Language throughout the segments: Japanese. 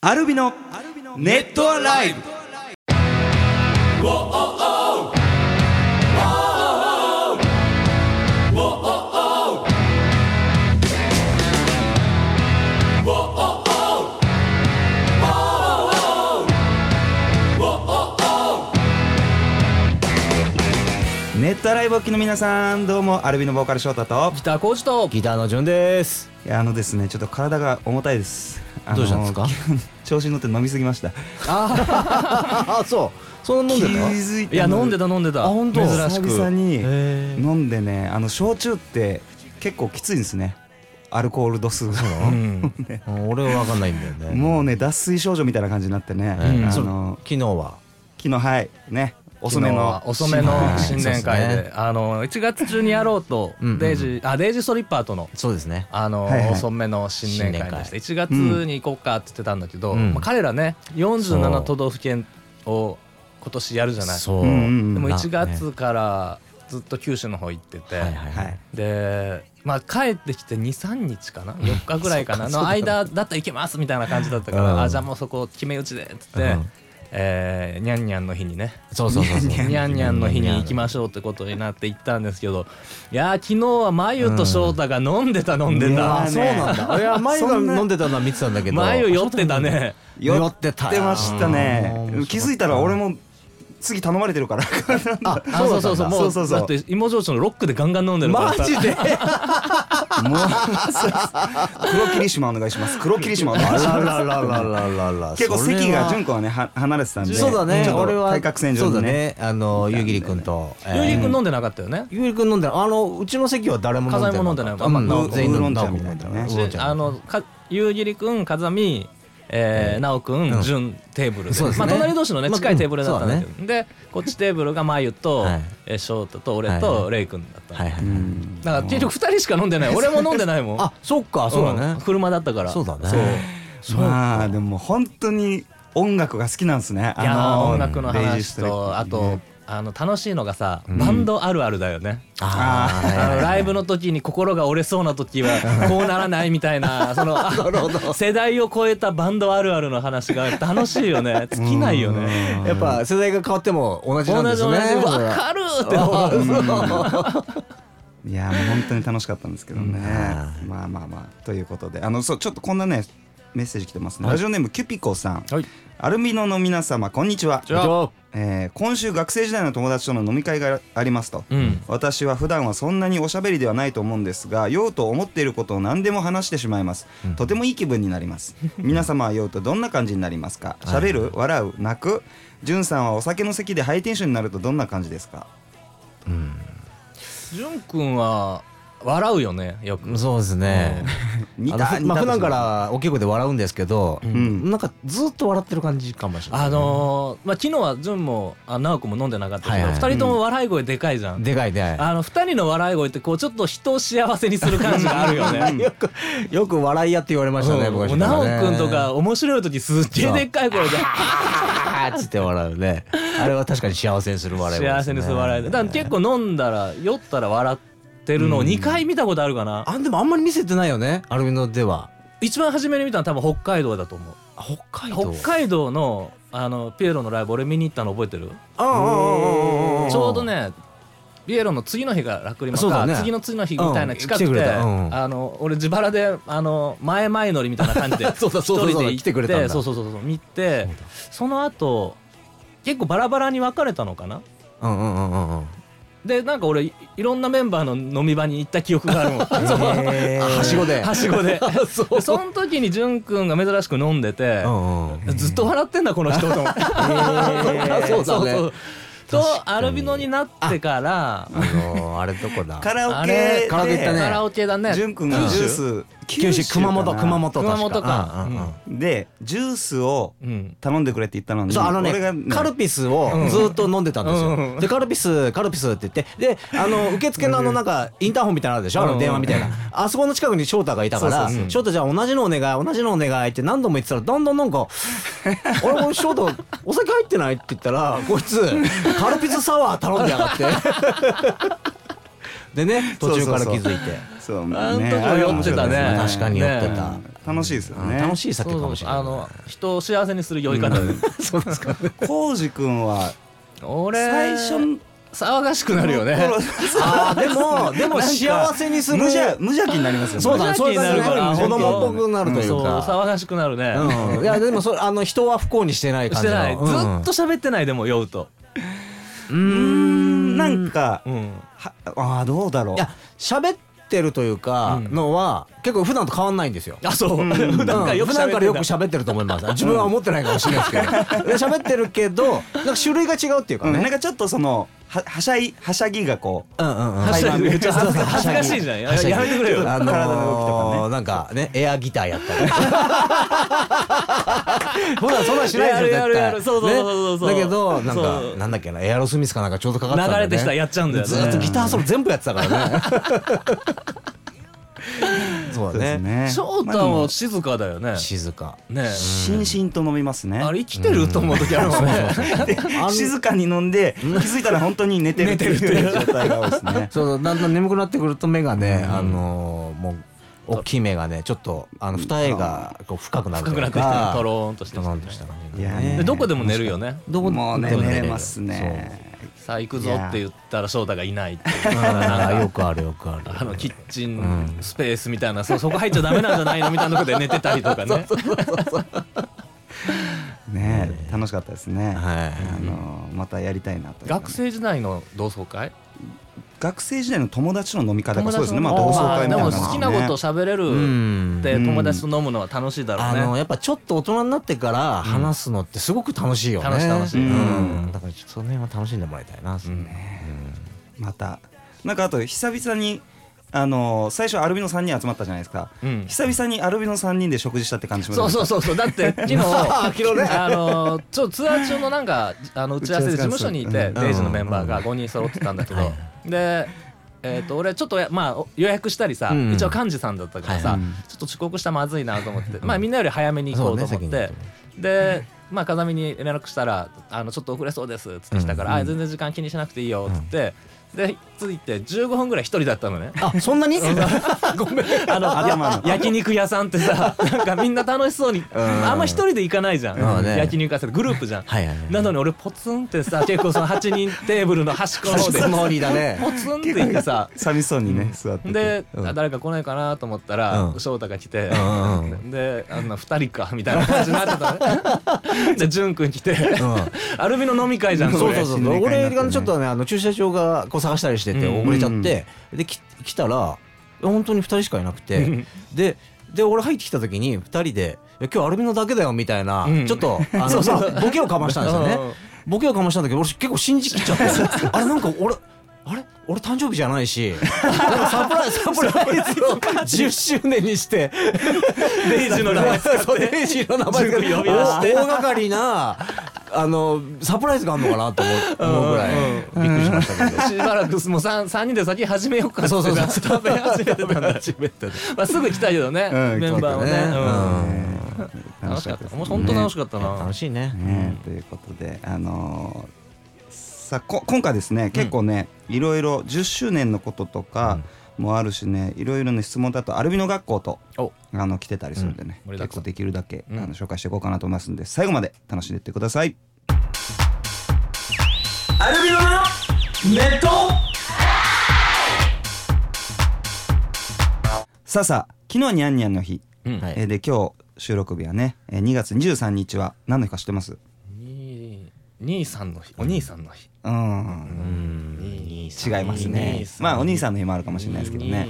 アルビのネットアライブ。ネットアライブお聞きの皆さん、どうもアルビのボーカル翔太とギターコーチとギターの順です。 いやですね、ちょっと体が重たいです。 どうしたんですか？ 調子に乗って飲みすぎました。 あ、そんな飲んでた？ 気づいていや飲んでた。 あ、本当？ 珍しく久々に飲んでね、焼酎って結構きついんですね、アルコール度数が。 俺は分かんないんだよね。 もうね、脱水症状みたいな感じになってね、 昨日はいね、遅めの新年会で、1月中にやろうとデイジーストリッパーとのそうですね、 遅めの新年会でした。1月に行こうかって言ってたんだけど、彼らね47都道府県を今年やるじゃない。でも1月からずっと九州の方行ってて、で帰ってきて 2,3 日かな、4日ぐらいかなの間だったら行けますみたいな感じだったから、じゃあもうそこ決め打ちでって言って、ニャンニャンの日にね、ニャンニャンの日に行きましょうってことになって行ったんですけど、いや昨日はまゆと翔太が飲んでた。そうなんだ。いや、まゆが飲んでたのは見てたんだけど、 まゆ酔ってたね。 酔ってましたね。気づいたら俺も次頼まれてるから。 そうもうだって芋焼酎のロックでガンガン飲んでるから。 マジで？ もう黒霧島お願いします。黒霧島お願いします。結構席が純子はね離れてたんで。 そうだね。俺は対角線上にね。 ゆぎりくんと。 ゆぎりくん飲んでなかったよね。 ゆぎりくん飲んでない。うちの席は誰も飲んでない。 風も飲んでない。 全員飲んじゃうみたいなね。 ゆぎりくん、風見、なおくん、順テーブルで、隣同士のね近いテーブルだったんだけど、でこっちテーブルがまゆと翔太と俺とレイくんだった。だから結局2人しか飲んでない。俺も飲んでないもん。 あ、そっか、そうだね。 車だったから。 そうだね。 まあでも本当に音楽が好きなんですね。 いや音楽の話と、あと楽しいのがさ、バンドあるあるだよね。ライブの時に心が折れそうな時はこうならないみたいな、その世代を超えたバンドあるあるの話が楽しいよね。尽きないよね。 やっぱ世代が変わっても同じなんですね。 わかるって思う。 いやもう本当に楽しかったんですけどね。まあということで、ちょっとこんなねメッセージ来てますね。ラジオネームキュピコさん。アルミノの皆様こんにちは。今週学生時代の友達との飲み会がありますと、私は普段はそんなにおしゃべりではないと思うんですが、酔うと思っていることを何でも話してしまいます。とてもいい気分になります。皆様は酔うとどんな感じになりますか？しゃべる、笑う、泣く？じゅんさんはお酒の席でハイテンションになるとどんな感じですか？ じゅんくんは笑うよね、よく。 そうですね。普段からお稽古で笑うんですけど、なんかずっと笑ってる感じかもしれない。 昨日はじゅんも直くんも飲んでなかったけど、2人とも笑い声でかいじゃん。 でかいね。 2人の笑い声ってこうちょっと人を幸せにする感じがあるよね。 よく笑いやって言われましたね、僕は。 直くんとか面白い時すっげえでっかい声でハーッつって笑うね。あれは確かに幸せにする笑い声ですね。 幸せにする笑いで。だから結構飲んだら酔ったら笑ってるのを2回見たことあるかな。 でもあんまり見せてないよね、アルミノでは。 一番初めに見たのは多分北海道だと思う。北海道のピエロのライブ俺見に行ったの覚えてる？ちょうどねピエロの次の日がラクリマか、次の次の日みたいな近くて、俺自腹で前乗りみたいな感じで一人で行ってそう見て、その後結構バラバラに分かれたのかな。でなんか俺いろんなメンバーの飲み場に行った記憶があるもん。 はしごでその時にじゅんくんが珍しく飲んでて、ずっと笑ってんだこの人と思って。そうだね。とアルビノになってからあれどこだ、 カラオケ行ったね。カラオケだね。 じゅんくんがジュース九州熊本かでジュースを頼んでくれって言ったのに、 俺がカルピスをずっと飲んでたんですよ。でカルピスって言って、で受付のなんかインターホンみたいなのあるでしょ、電話みたいな。あそこの近くに翔太がいたから、翔太じゃあ同じのお願いって何度も言ってたら、だんだんなんか俺も翔太お酒入ってないって言ったら、こいつカルピスサワー頼んでやがってでね、途中から気づいて、 あの時は酔ってたね。 確かに酔ってた。 楽しいですよね。 楽しい酒かもしれない。 人を幸せにする酔い方で。 そうですか。 浩司君は俺最初騒がしくなるよね。 でも幸せにする無邪気になりますよね。 そうだ、そうなるから子供っぽくなるというか、 騒がしくなるね。 いやでも人は不幸にしてない感じの。 してない。ずっと喋ってないでも酔うと。 なんかどうだろう。 いや喋ってるというかのは結構普段と変わんないんですよ。 あ、そう。 普段からよく喋ってると思います。自分は思ってないかもしれないですけど、喋ってるけどなんか種類が違うっていうかね。 なんかちょっとそのはしゃぎがこう、 恥ずかしいじゃん。やめてくれよ。 体の動きとかね。 なんかね、エアギターやったり。ほらそんなんしないですよ絶対。 そう。 だけどなんだっけな、エアロスミスかなんかちょうどかかってたんだよね。 流れてきたらやっちゃうんだよね。 ずっとギターソロ全部やってたからね。そうだね。 翔太も静かだよね。 静かね。 しんしんと飲みますね。 あれ生きてると思う時あるもんね。 静かに飲んで気づいたら本当に寝てるっていう状態が多いですね。 そう、だんだん眠くなってくると目がね、もう大きい目がね、ちょっと二重がこう深くなるというか、 トローンとして感じでどこでも寝るよね。 どこでも寝れますね。 さあ行くぞって言ったら翔太がいないってよくあるよくある。 キッチンスペースみたいな、そこ入っちゃダメなんじゃないのみたいなとこで寝てたりとかね。 ね、楽しかったですね。 はい。 またやりたいなと。 学生時代の同窓会？ 学生時代の友達の飲み方がそうですね。まあ同窓会みたいな感じで。 でも好きなこと喋れるって友達と飲むのは楽しいだろうね。 やっぱちょっと大人になってから話すのってすごく楽しいよね。 楽しい。 だからちょっとその辺は楽しんでもらいたいな。 またなんかあと久々に最初アルビノ3人集まったじゃないですか。久々にアルビノ3人で食事したって感じも。 そうだって昨日ね、ツアー中のなんか打ち合わせで事務所にいて、デイジのメンバーが5人揃ってたんだけど、で俺ちょっと予約したりさ、一応幹事さんだったからさ、ちょっと遅刻したらまずいなと思って、まあみんなより早めに行こうと思って、でまあ風見に連絡したらちょっと遅れそうですっつってきたから、全然時間気にしなくていいよっつって。で着いて15分ぐらい一人だったのね。 あ、そんなに？ ごめん。焼肉屋さんってさ、なんかみんな楽しそうに、あんま一人で行かないじゃん。焼肉屋さんグループじゃん。なのに俺ポツンってさ、結構その8人テーブルの端っこの方でポツンって行ってさ、 寂しそうにね座ってで誰か来ないかなと思ったら翔太が来て、で2人かみたいな感じになってたね。で潤くん来て、アルビの飲み会じゃん。 そう。俺がちょっとね駐車場が探したりしてて遅れちゃって、で来たら本当に2人しかいなくて、で俺入ってきた時に2人で「今日アルビノだけだよ」みたいな、ちょっとボケをかましたんですよね。ボケをかましたんだけど俺結構信じきっちゃって、あれなんか俺誕生日じゃないし、サプライズを10周年にしてデイジの名前使ってデイジの名前使って呼び出して大掛かりなサプライズがあるのかなと思うぐらいびっくりしましたけど、 しばらくもう3人で先始めようかって食べ始めてたんだ。すぐ来たけどね、メンバーもね。楽しかった。本当楽しかったな。 楽しいね。 ということで今回ですね、結構ねいろいろ10周年のこととかもあるしね、いろいろな質問だとアルビノ学校と来てたりするんでね、結構できるだけ紹介していこうかなと思いますんで、最後まで楽しんでいってください。アルビノのネット。さあ昨日はニャンニャンの日で、今日収録日はね2月23日は何の日か知ってます？ 兄さんの日。お兄さんの日。 違いますね。まあお兄さんの日もあるかもしれないですけどね。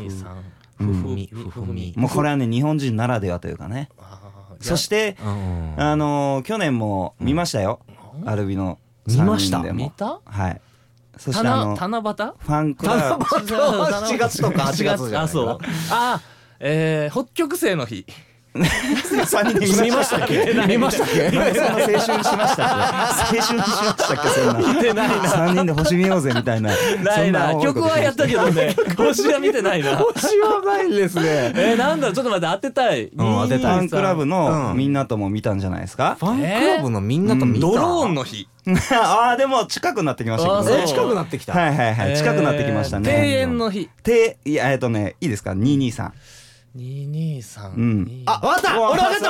もうこれはね日本人ならではというかね。そして去年も見ましたよ、アルビノ3人でも。 見た？ はい。そして七夕？ ファンクラブ 7月とか8月じゃないか。 あ、そう。北極星の日。 3人で見ましたっけ？見ましたっけ？ そんな青春しましたっけ？青春しましたっけ？そんな見てないな。 3人で星見ようぜみたいな。 ないな。曲はやったけどね、星は見てないな。 星はないですね。 なんだろう、ちょっと待って、当てたい。 ファンクラブのみんなとも見たんじゃないですか？ ファンクラブのみんなと見た。 ドローンの日。 でも近くなってきましたけどね。 近くなってきた。 はい近くなってきましたね。 庭園の日。 いいですか？223。 223、 あ、わかった。俺わかった。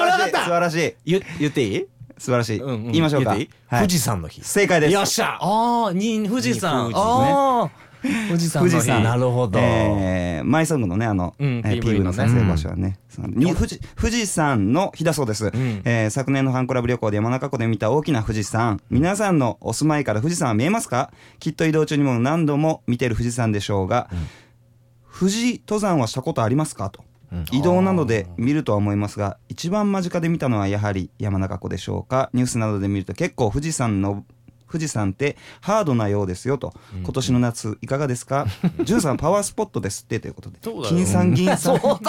素晴らしい。 言っていい？ 素晴らしい。言いましょうか。 富士山の日。 正解です。 よっしゃ。 富士山。富士山の日。 なるほど。 マイソングのねPV の撮影場所はね富士山の日だそうです。昨年のファンクラブ旅行で山中湖で見た大きな富士山、皆さんのお住まいから富士山は見えますか？きっと移動中にも何度も見てる富士山でしょうが、富士登山はしたことありますかと。移動などで見るとは思いますが、一番間近で見たのはやはり山中湖でしょうか。ニュースなどで見ると結構富士山ってハードなようですよと。今年の夏いかがですか？ジュンさんパワースポットですってということで、金さん銀さん富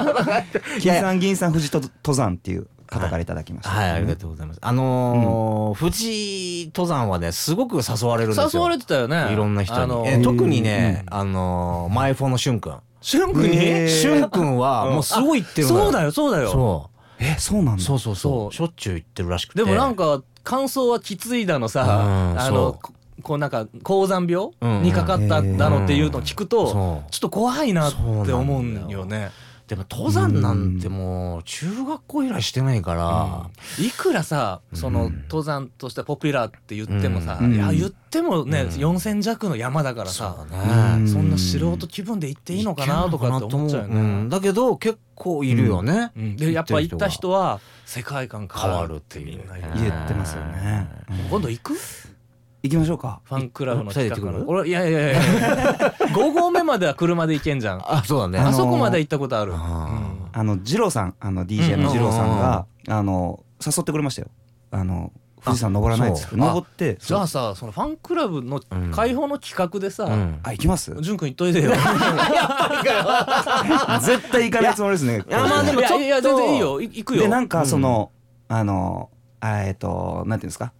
士登山っていう方からいただきました。 はい、ありがとうございます。富士登山はねすごく誘われるんですよ。 誘われてたよね、 いろんな人に。特にねマイフォのしゅんくん。 しゅんくんに？ しゅんくんはもうすごい行ってるのよ。 そうだよ。 そうなんだ。 そうしょっちゅう行ってるらしくて。 でもなんか感想はきついだのさ、こうなんか高山病にかかっただのっていうのを聞くとちょっと怖いなって思うんよね。 でも登山なんてもう中学校以来してないから、 いくらさその登山としてポピュラーって言ってもさ、いや言ってもね4000弱の山だからさ、そんな素人気分で行っていいのかなとかって思っちゃうよね。 だけど結構いるよね。 でやっぱ行った人は世界観変わるってみんな言ってますよね。 今度行く？ 行きましょうか。 ファンクラブの企画の。俺いや5合目までは車で行けんじゃん。 あ、そうだね。 あそこまで行ったことある。 ジローさんDJ のジローさんが誘ってくれましたよ。富士山登らないっつって登って。 じゃあさ、そのファンクラブの開放の企画でさ、 行きます？ 潤くん行っといてよ。 絶対行かないつもりですね。 まあでもちょっと全然いいよ、行くよ。 でなんかそのなんていうんですか、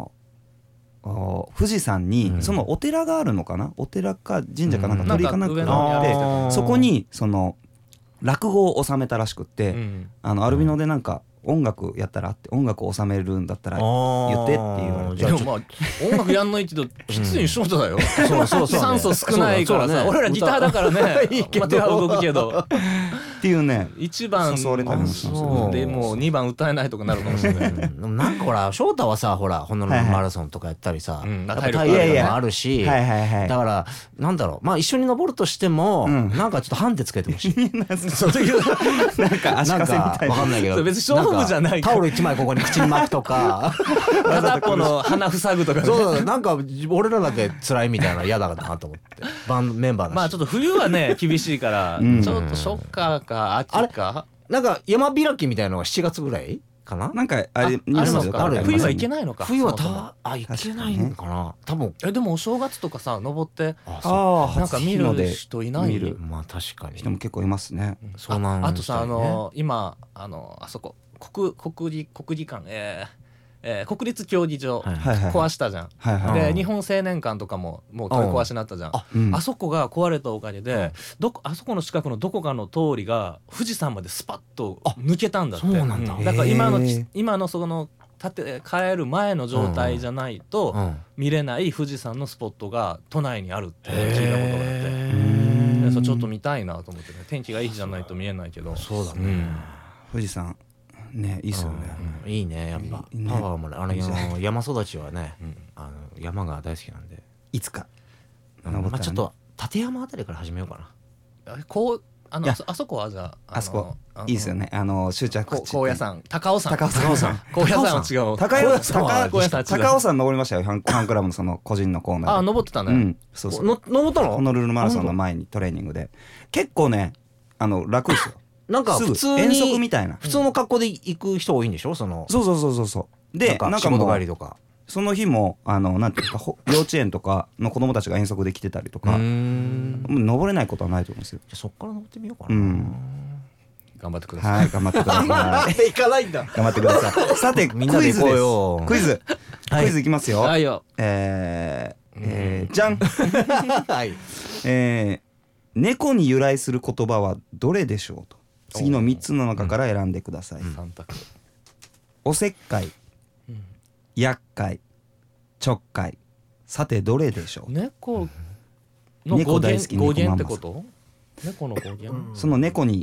富士山にそのお寺があるのかな、お寺か神社かなんか鳥居かなんかがあって、そこにその落語を収めたらしくって、アルビノでなんか音楽やったらって音楽を収めるんだったら言ってって言われて。 でもまあ音楽やんないけどきついショートだよ。酸素少ないからさ、俺らギターだからね手は動くけどっていうね。 1番誘われたりもしますよでもう2番歌えないとかなるかもしれない。 なんかほら翔太はさ、ほらホノルルマラソンとかやったりさ、体力もあるし、だからなんだろう、まあ一緒に登るとしてもなんかちょっとハンデつけてほしい。 なんか足かせみたいな。 わかんないけど、 別に勝負じゃないタオル1枚ここに口に巻くとか片っぽの鼻塞ぐとかね。 そうなんか俺らだけ辛いみたいな嫌だなと思って、メンバーだし。 まあちょっと冬はね厳しいからちょっとショッカーか秋か。 なんか山開きみたいなのが7月ぐらいかな。 なんかあれ冬は行けないのか。 冬は行けないのかな多分。 でもお正月とかさ登ってなんか見る人いない？ まあ確かに人も結構いますね。 あとさ今あそこ国技館国立競技場壊したじゃん。で日本青年館とかももう取り壊しになったじゃん。あそこが壊れたおかげであそこの近くのどこかの通りが富士山までスパッと抜けたんだって。だから今のその建て替える前の状態じゃないと見れない富士山のスポットが都内にあるって聞いたことがあって、ちょっと見たいなと思ってね。天気がいい日じゃないと見えないけど。 そうだね。 富士山ね、いいっすよね。 いいね、やっぱパワーもね、山育ちはね、山が大好きなんで、 いつかまあちょっと立山あたりから始めようかな。 あそこはじゃあそこいいですよね。終着地高野山、高尾山高野山は違う。 高尾山登りましたよ。ファンクラブのその個人のコーナーで。 登ってたね。 そうそう。 登ったの？ ホノルルマラソンの前にトレーニングで結構ね楽ですよ。 なんか普通に遠足みたいな、 普通の格好で行く人多いんでしょ？そうでなんか仕事帰りとか、 その日もなんていうか幼稚園とかの子供たちが遠足で来てたりとか、登れないことはないと思うんですよ。 じゃあそっから登ってみようかな。 頑張ってください。 はい、頑張ってください。 行かないんだ。 頑張ってください。さてみんなで行こうよ。 クイズいきますよ。 はいよ。 じゃん。 はい。 猫に由来する言葉はどれでしょうと。次の3つの中から選んでください。おせっかい、厄介、ちょっかい。さてどれでしょう。 猫の語源ってこと？猫の語源。 その猫に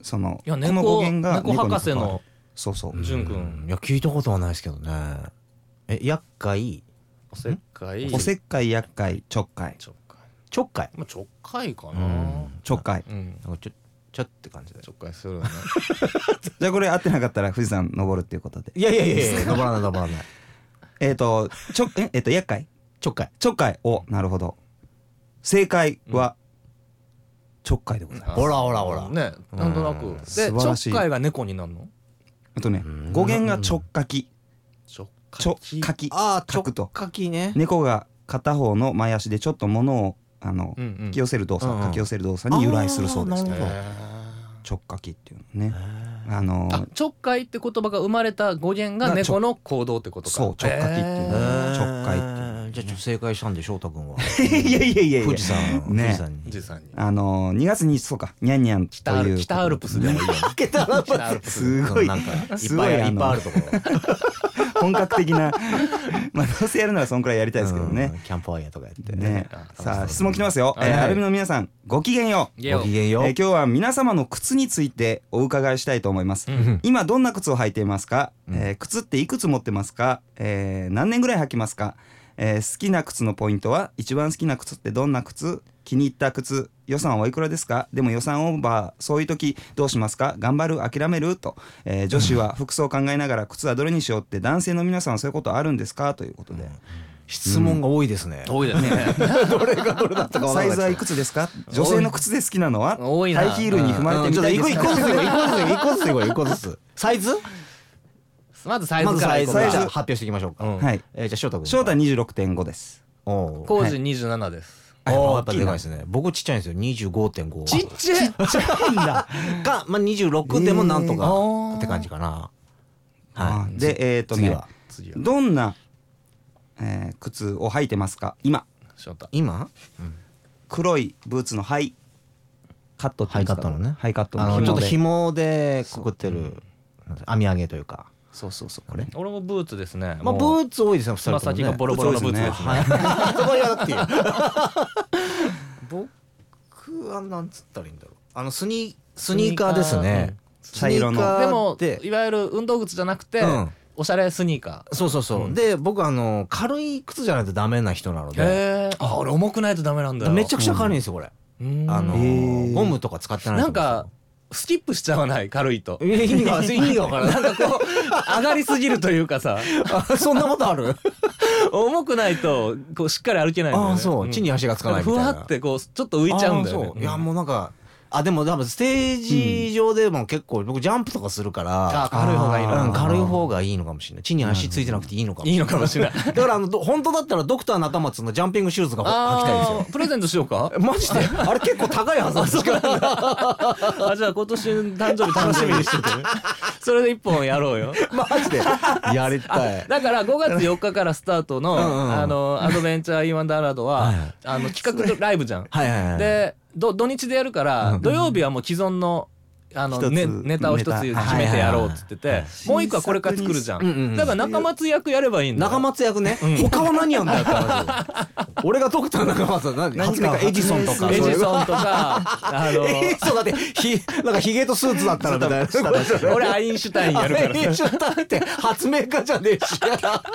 そのいやこの語源が猫博士のそうそう淳君いや聞いたことはないですけどね。厄介おせっかいおせっかい厄介ちょっかいちょっかいちょっかいまあちょっかいかなちょっかいうんなんかちょって感じで。 ちょっかいするよねじゃあこれ合ってなかったら富士山登るっていうことでいや登らない登らない。 厄介ちょっかい。 ちょっかいおなるほど正解はちょっかいでございますほらほらほらねなんとなくでちょっかいが猫になるの語源がちょっかきちょっちょっかきああちょっ書くとかきね。 猫が片方の前足でちょっと物を引き寄せる動作うんうんかき寄せる動作に由来するそうですあーなるほどちょっかきっていうのねちょっかいって言葉が生まれた語源が猫の行動ってことかそうちょっかきっていうのちょっかいっていうじゃあ正解したんで翔太君はいやいやいやいや富士山ね富士山に富士山に 2月にそうかにゃんにゃんという北アルプスでもいいよね北アルプスすごいなんかいっぱいすごいいっぱいあるところ本格的なまあどうせやるならそんくらいやりたいですけどねキャンプファイヤーとかやってねさあ質問来てますよはいはいアルミの皆さんごきげんようゲオごきげんよう今日は皆様の靴についてお伺いしたいと思います、今どんな靴を履いていますか、靴っていくつ持ってますか、何年ぐらい履きますか、好きな靴のポイントは一番好きな靴ってどんな靴、気に入った靴、予算はいくらですか、でも予算オーバー、そういう時どうしますか、頑張る諦めると、女子は服装を考えながら靴はどれにしようって男性の皆さんはそういうことあるんですかということで、 質問が多いですね。 多いですねどれがどれだったか分からない。 サイズはいくつですか、女性の靴で好きなのは多いなハイヒールに踏まれてみたいです一か、 個ずつ。サイズ？ まずサイまずサイズズからいこうかじゃあ発表していきましょうか。 はいじゃあ翔太君。 翔太 26.5 ですおー工事27ですやっぱでかいですね。僕ちっちゃいんですよ。25.5。 ちっちゃいかまあ26でもなんとかって感じかな。 あーで次は次はどんな、靴を履いてますか今。 翔太今黒いブーツのハイカットっていうんですか、 ハイカットのねハイカットのちょっと紐で紐でくくってる編み上げというか。 そうそうそうこれ俺もブーツですねまあブーツ多いですね。 つま先がボロボロのブーツですねはいそこ言わなくていい。僕はなんつったらいいんだろう。スニーカーですね。 茶色のスニーカーでもでいわゆる運動靴じゃなくてうんおしゃれスニーカそうそうそう。で僕軽い靴じゃないとダメな人なのーで。 へえ俺重くないとダメなんだよめちゃくちゃ軽いんですよこれ。 うんゴムとか使ってない。 なんかスキップしちゃわない軽いと意味が分からない。 なんかこう上がりすぎるというかさそんなことある？ 重くないとこうしっかり歩けないんだよねああそう。地に足がつかないみたいな。 ふわってこうちょっと浮いちゃうんだよねあーそういやもうなんかでも多分ステージ上でも結構僕ジャンプとかするから軽い方がいいの軽い方がいいのかもしれない。地に足ついてなくていいのかもしれない。 いいのかもしれないだから本当だったらドクター中松のジャンピングシューズが履きたいですよ。 プレゼントしようかマジであれ結構高いはずなんですからあじゃあ今年誕生日楽しみにしててそれで一本やろうよマジでやりたい。 だから5月4日からスタートのアドベンチャー・イン・ワンダーランドは企画ライブじゃん。 はいはいはい。 で土日でやるから土曜日はもう既存のネタを一つ決めてやろうっつっててもう一個はこれから作るじゃん。だから中松役やればいいんだよ。 中松役ね。他は何やんだよって話。俺がドクター中松は発明家エジソンとか。 エジソンとかエジソンだってなんかヒゲとスーツだったらみたいな。 俺アインシュタインやるからアインシュタインって発明家じゃねえし。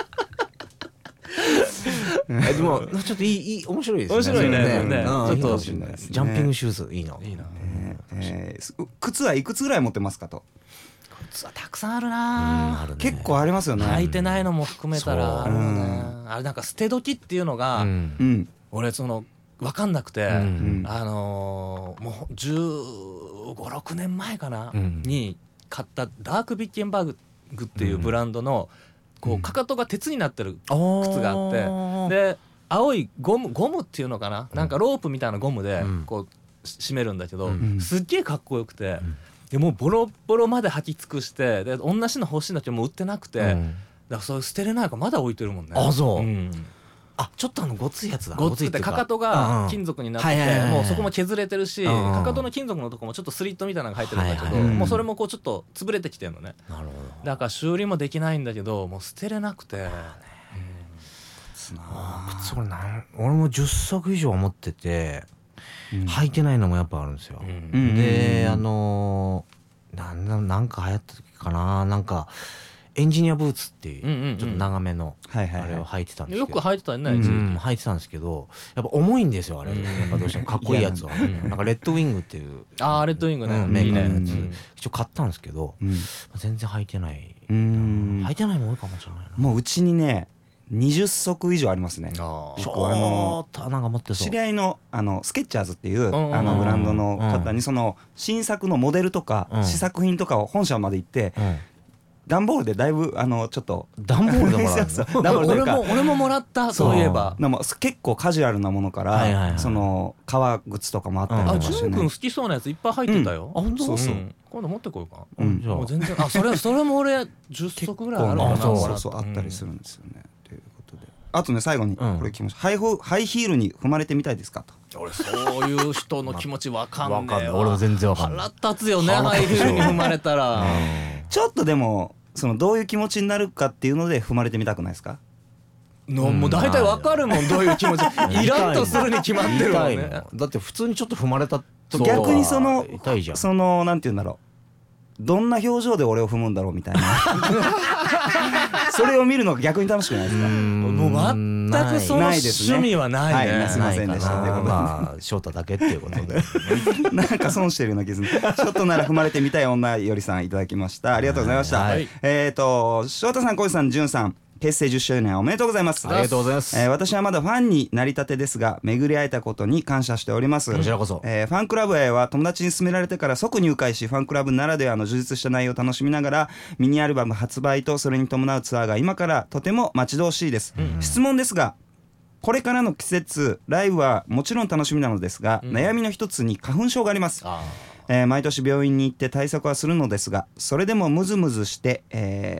でもちょっといい面白いですね。 面白いね。 ちょっとジジャンピングシューズいいな。いいな。 靴はいくつぐらい持ってますかと。 靴はたくさんあるな。 結構ありますよね。 履いてないのも含めたらあるよね。あれなんか捨て時っていうのが俺分かんなくてもう15、16年前かなに買ったダークビッケンバーグっていうブランドのこうかかとが鉄になってる靴があってで青いゴムっていうのかななんかロープみたいなゴムでこう締めるんだけどすっげえかっこよくてでもうボロボロまで履き尽くしてで同じの欲しいんだけどもう売ってなくてだからそれ捨てれないからまだ置いてるもんね。 あそう。ちょっとごついやつだ。 ごついってかかとが金属になっててもうそこも削れてるしかかとの金属のとこもちょっとスリットみたいなのが入ってるんだけどもうそれもこうちょっと潰れてきてるのね。 なるほど。 だから修理もできないんだけどもう捨てれなくて靴俺も10足以上持ってて履いてないのもやっぱあるんですよ。でなんか流行った時かな、なんかエンジニアブーツっていうちょっと長めのあれを履いてたんですけど、 よく履いてたよね、 履いてたんですけど、やっぱ重いんですよあれ、やっぱどうしてもかっこいいやつはなんかレッドウィングっていう、 レッドウィングね、 メーカーのやつ一応買ったんですけど、全然履いてない、履いてないも多いかもしれないな。 もううちにね20足以上ありますね。 なんか持ってそう。 知り合いのスケッチャーズっていうブランドの方にその新作のモデルとか試作品とかを本社まで行って段ボールでだいぶちょっと段ボールでもらうの俺ももらった。そういえば結構カジュアルなものからその革靴とかもあったりとかしてね。 ジュン君好きそうなやついっぱい入ってたよ。 本当？ そうそう、 今度持ってこようか。もう全然それも俺10足ぐらいあるかな。 そうあったりするんですよね。ということで、あとね最後にこれ聞きました。ハイヒールに踏まれてみたいですかと。 俺そういう人の気持ちわかんねえわ。 俺は全然わかんない。 腹立つよね、ハイヒールに踏まれたら。 ちょっとでもどういう気持ちになるかっていうので踏まれてみたくないですか？ もう大体わかるもん、どういう気持ち。イラッとするに決まってるもんね。 だって普通にちょっと踏まれた時逆に痛いじゃん。 なんていうんだろう、どんな表情で俺を踏むんだろうみたいなそれを見るのが逆に楽しくないですか？ もう全くその趣味はないね。 すいませんでした。 まあ翔太だけっていうことでなんか損してるような気がする。ちょっとなら踏まれてみたい女よりさんいただきました。ありがとうございました。翔太さん、小路さん、じゅんさん、結成10周年おめでとうございます。 ありがとうございます。 私はまだファンになりたてですが巡り会えたことに感謝しております。 こちらこそ。 ファンクラブへは友達に勧められてから即入会し、ファンクラブならではの充実した内容を楽しみながらミニアルバム発売とそれに伴うツアーが今からとても待ち遠しいです。質問ですが、これからの季節ライブはもちろん楽しみなのですが、悩みの一つに花粉症があります。毎年病院に行って対策はするのですが、それでもムズムズして、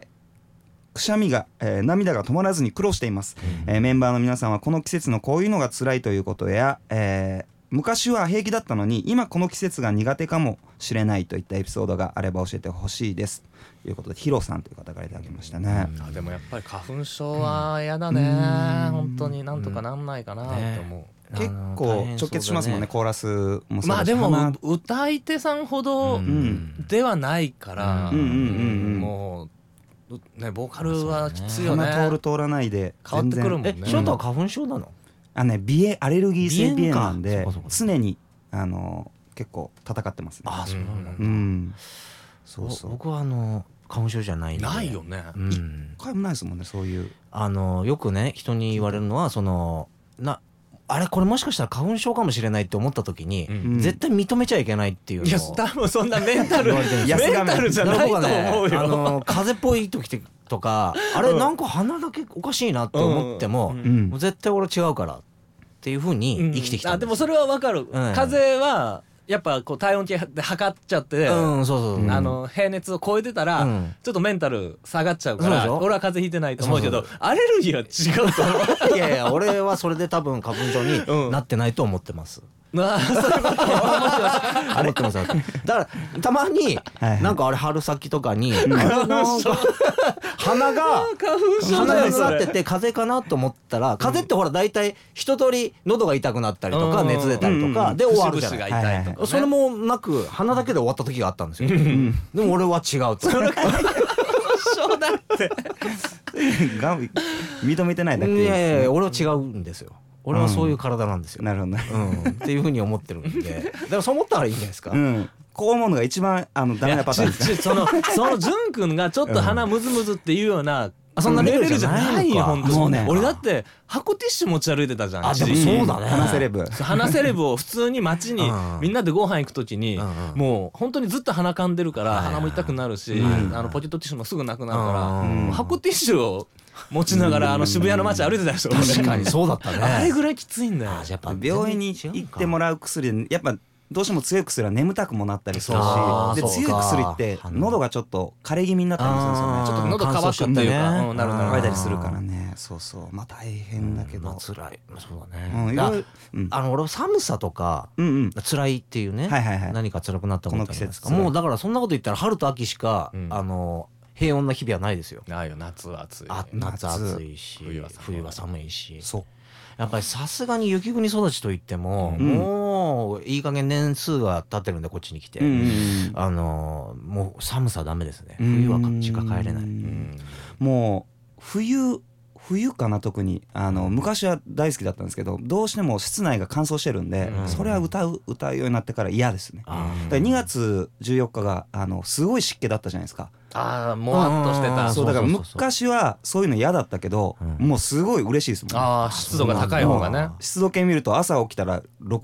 くしゃみが、涙が止まらずに苦労しています。メンバーの皆さんはこの季節のこういうのが辛いということや、昔は平気だったのに今この季節が苦手かもしれないといったエピソードがあれば教えてほしいですということで、ヒロさんという方からいただきましたね。 でもやっぱり花粉症は嫌だね。本当になんとかなんないかなって思う。 結構直結しますもんね、コーラスもそうだし。 でも歌い手さんほどではないからもうね、ボーカルはきついよね。 鼻通る通らないで変わってくるもんね。 翔太は花粉症なの？ アレルギー性鼻炎なんで常に結構戦ってますね。 そうなんだ。 僕は花粉症じゃないんで。 ないよね。 一回もないですもんね。そういうよくね人に言われるのはあれこれもしかしたら花粉症かもしれないって思った時に絶対認めちゃいけないっていうのを。 いや多分そんなメンタルじゃないと思うよ。 風邪っぽい時とかあれなんか鼻だけおかしいなって思っても絶対俺違うからっていう風に生きてきた。 でもそれはわかる。風邪はやっぱこう体温計で測っちゃって平熱を超えてたらちょっとメンタル下がっちゃうから俺は風邪ひいてないと思うけど、アレルギーは違うと思う。 いや俺はそれで多分花粉症になってないと思ってます。思ってます。だからたまになんかあれ春先とかに鼻が詰まってて風邪かなと思ったら、風邪ってほら大体一通り喉が痛くなったりとか熱出たりとかで終わるじゃない。それもなく鼻だけで終わった時があったんですよ。でも俺は違うと。 そうだって認めてないだけ。 いやいや俺は違うんですよ。俺はそういう体なんですよ。 なるほどね。 っていうふうに思ってるんで、だからそう思ったらいいんじゃないですか。 こう思うのが一番ダメなパターンですか。そのジュン君がちょっと鼻ムズムズっていうようなそんなレベルじゃないよ本当に。俺だって箱ティッシュ持ち歩いてたじゃん。 でもそうだね。 鼻セレブを普通に街にみんなでご飯行くときにもう本当にずっと鼻かんでるから鼻も痛くなるしポケットティッシュもすぐなくなるから箱ティッシュを持ちながら渋谷の街歩いてたでしょ。 確かにそうだったね。 あれぐらいきついんだよ。 病院に行ってもらう薬でやっぱどうしても強い薬は眠たくもなったりするし、で強い薬って喉がちょっと枯れ気味になったりするんですよね。 ちょっと喉乾くっていうか乾いたりするからね。そうそう、まあ大変だけど辛い。そうだね。俺寒さとか辛いっていうね、何か辛くなったことじゃないですか。もうだからそんなこと言ったら春と秋しか平穏な日々はないですよ。 ないよ。夏は暑い。 夏暑いし冬は寒いし。やっぱりさすがに雪国育ちといってもももういい加減年数が経ってるんでこっちに来て、もう寒さダメですね。冬は実家帰れない。 もう冬かな。特に昔は大好きだったんですけど、どうしても室内が乾燥してるんで、それは歌うようになってから嫌ですね。だから2月14日がすごい湿気だったじゃないですか。 もわっとしてた。 そうだから昔はそういうの嫌だったけど、もうすごい嬉しいですもん。 湿度が高い方がね。 湿度計見ると朝起きたら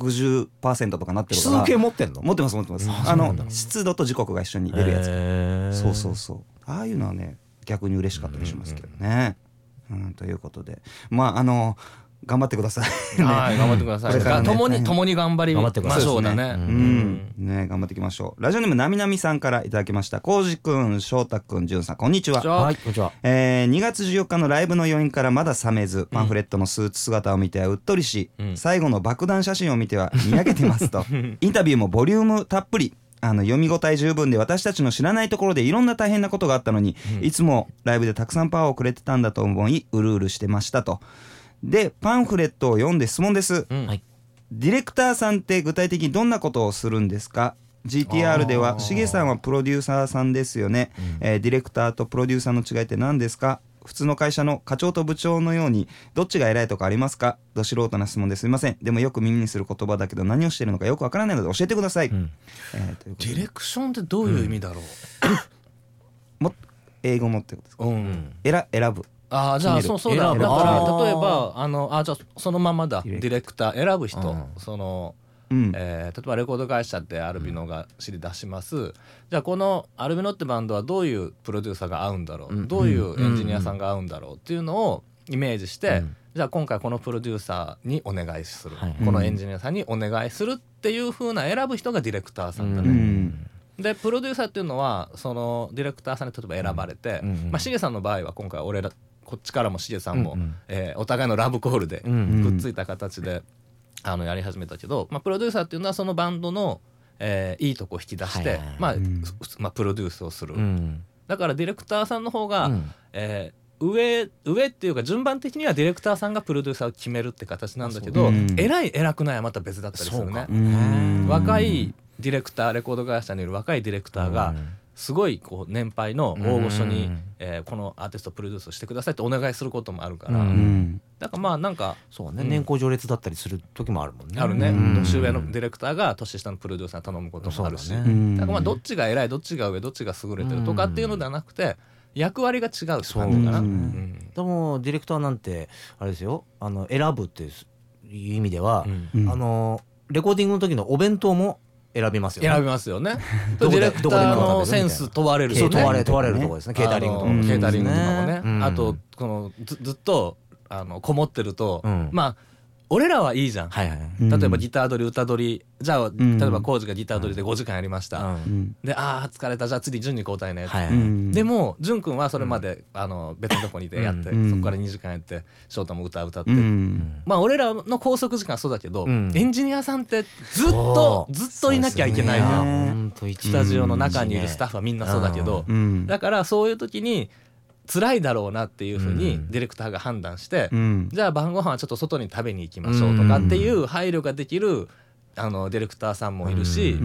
60% とかなってるから。 湿度計持ってんの？ 持ってます。湿度と時刻が一緒に出るやつ。そうああいうのはね逆に嬉しかったりしますけどね。ということで頑張ってください。 頑張ってください。共に頑張りましょうだね。 頑張っていきましょう。ラジオネームなみなみさんからいただきました。こうじくん、しょうたくん、じゅんさん、こんにちは。 はい、こんにちは。 2月14日のライブの余韻からまだ冷めず、パンフレットのスーツ姿を見てはうっとりし、最後の爆弾写真を見てはにやけてますと。インタビューもボリュームたっぷり。読み応え十分で、私たちの知らないところでいろんな大変なことがあったのに、いつもライブでたくさんパワーをくれてたんだと思いうるうるしてましたと。でパンフレットを読んで質問です、ディレクターさんって具体的にどんなことをするんですか？ GTR ではしげさんはプロデューサーさんですよね。ディレクターとプロデューサーの違いって何ですか？普通の会社の課長と部長のようにどっちが偉いとかありますか？ど素人な質問ですみません。でもよく耳にする言葉だけど何をしているのかよくわからないので教えてください。 ディレクションってどういう意味だろう？ 英語のってことですか？選ぶ。 じゃあそうだ。だから例えばじゃあそのままだ。ディレクター選ぶ人、例えばレコード会社ってアルビノが知り出します。じゃあこのアルビノってバンドはどういうプロデューサーが合うんだろう、どういうエンジニアさんが合うんだろうっていうのをイメージして、じゃあ今回このプロデューサーにお願いする、このエンジニアさんにお願いするっていう風な選ぶ人がディレクターさんだね。でプロデューサーっていうのはそのディレクターさんに例えば選ばれて、しげさんの場合は今回俺らこっちからもしげさんも、お互いのラブコールでくっついた形でやり始めたけど、プロデューサーっていうのはそのバンドの、いいとこ引き出して、プロデュースをする、だからディレクターさんの方が、上っていうか順番的にはディレクターさんがプロデューサーを決めるって形なんだけど、偉くないはまた別だったりするね。若いディレクター、レコード会社にいる若いディレクターがすごいこう年配の大御所に、このアーティストプロデュースをしてくださいってお願いすることもあるから、だからなんかそうね、年功序列だったりする時もあるもんね。 あるね。年上のディレクターが年下のプロデューサーに頼むこともあるし、だからどっちが偉い、どっちが上、どっちが優れてるとかっていうのではなくて、役割が違うって感じかな。 でもディレクターなんてあれですよ、選ぶっていう意味では、レコーディングの時のお弁当も選びますよね。 選びますよね。ディレクターのセンス問われるよね。 問われるところですね。ケータリングとかも。 ケータリングとかもね。あとこのずっとこもってると、俺らはいいじゃん。例えばギター取り歌取り、じゃあ例えばコウジがギター取りで5時間やりました。で疲れた、じゃあ次潤に交代ね。でも潤くんはそれまで別のとこにいてやって、そこから2時間やって翔太も歌って、俺らの拘束時間はそうだけど、エンジニアさんってずっといなきゃいけないじゃん。スタジオの中にいるスタッフはみんなそうだけど、だからそういう時に辛いだろうなっていうふうにディレクターが判断して、じゃあ晩ご飯はちょっと外に食べに行きましょうとかっていう配慮ができるディレクターさんもいるし、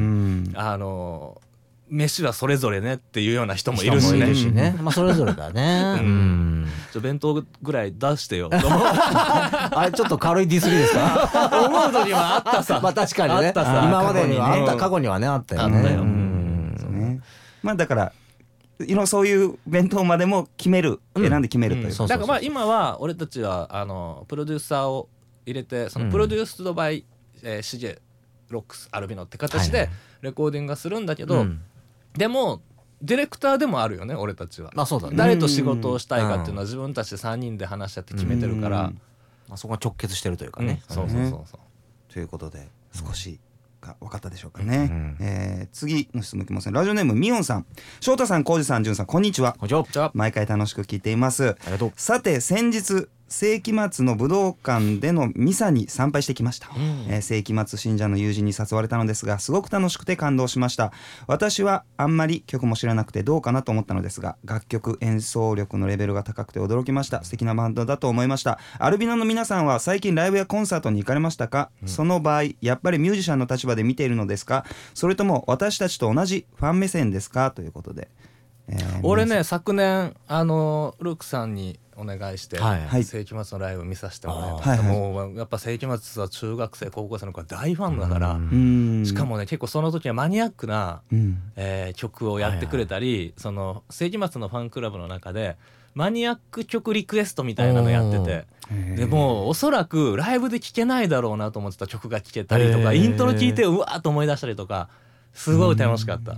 飯はそれぞれねっていうような人もいるしね。 それぞれだね。 弁当ぐらい出してよ。 あれちょっと軽いディスりですか？ 思うのにはあったさ。 確かにね。今までにはあった、過去にはねあったよね。 だからそういう弁当までも選んで決めるという。 だから今は俺たちはプロデューサーを入れて、そのプロデュースドバイシゲロックスアルビノって形でレコーディングがするんだけど、でもディレクターでもあるよね俺たちは。誰と仕事をしたいかっていうのは自分たちで3人で話し合って決めてるから、 そこが直結してるというかね。 そうということで少しが分かったでしょうかね。次の質問いきますね。ラジオネームみおんさん、翔太さん、浩二さん、じゅんさん、こんにちは。毎回楽しく聞いています。さて先日世紀末の武道館でのミサに参拝してきました、世紀末信者の友人に誘われたのですがすごく楽しくて感動しました。私はあんまり曲も知らなくてどうかなと思ったのですが楽曲演奏力のレベルが高くて驚きました。素敵なバンドだと思いました。アルビノの皆さんは最近ライブやコンサートに行かれましたか？その場合やっぱりミュージシャンの立場で見ているのですか？それとも私たちと同じファン目線ですか？ということで、 俺ね昨年ルークさんにお願いして、 はい、 世紀末のライブ見させてもらって、もうやっぱ世紀末は中学生高校生の子は大ファンだから、しかもね結構その時はマニアックな、曲をやってくれたり、その世紀末のファンクラブの中でマニアック曲リクエストみたいなのやってて、でもおそらくライブで聴けないだろうなと思ってた曲が聴けたりとか、イントロ聴いてうわーっと思い出したりとかすごい楽しかった。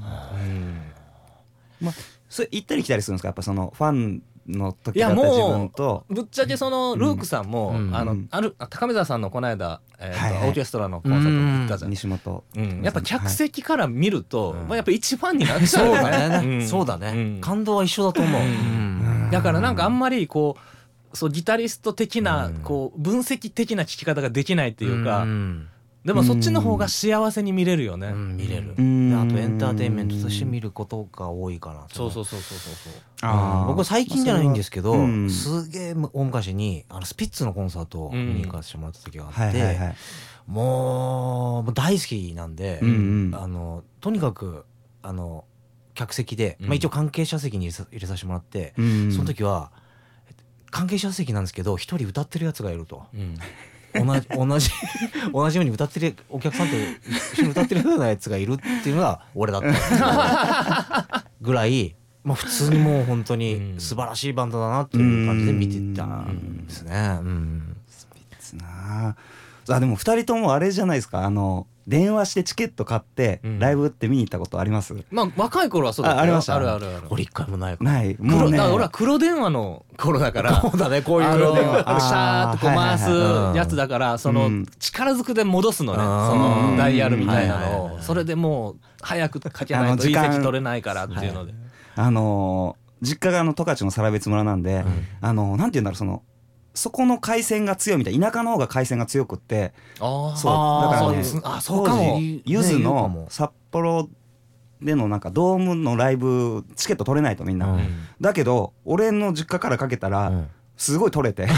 それ行ったり来たりするんですか？やっぱそのファンの時だった自分と。 ぶっちゃけそのルークさんも、高見沢さんのこの間、オーケストラのコンサートに行ったじゃん、 西本、 やっぱ客席から見ると、やっぱ一ファンになっちゃうよね。 そうだね、感動は一緒だと思う、 だからなんかあんまりこうそうギタリスト的なこう分析的な聴き方ができないっていうか、でもそっちの方が幸せに見れるよね。 見れる。あとエンターテインメントとして見ることが多いかな。 そう。 僕最近じゃないんですけど、すげえ大昔にスピッツのコンサートを見に行かせてもらった時があって、もう大好きなんで、とにかく客席で、一応関係者席に入れさせてもらって、その時は関係者席なんですけど一人歌ってるやつがいると。同じように歌ってるお客さんと一緒に歌ってるようなやつがいるっていうのが俺だったぐらい、普通にもう本当に素晴らしいバンドだなっていう感じで見てたんですね。 スピッツなあ。でも2人ともあれじゃないですか、電話してチケット買ってライブって見に行ったことあります？ 若い頃はそうだったよ。 ありました。 ある俺一回もないもうね、 俺は黒電話の頃だから。 そうだね、こういう黒電話シャーッとこう回すやつだから、その力ずくで戻すのね、そのダイヤルみたいなのを。それでもう早くかけないといい席取れないからっていうので、 実家が十勝の更別村なんで、なんていうんだろう、そこの回線が強いみたい、田舎の方が回線が強くって、そうだからね、 そうかも。 ゆずの札幌でのなんかドームのライブチケット取れないとみんな、だけど俺の実家からかけたらすごい取れて、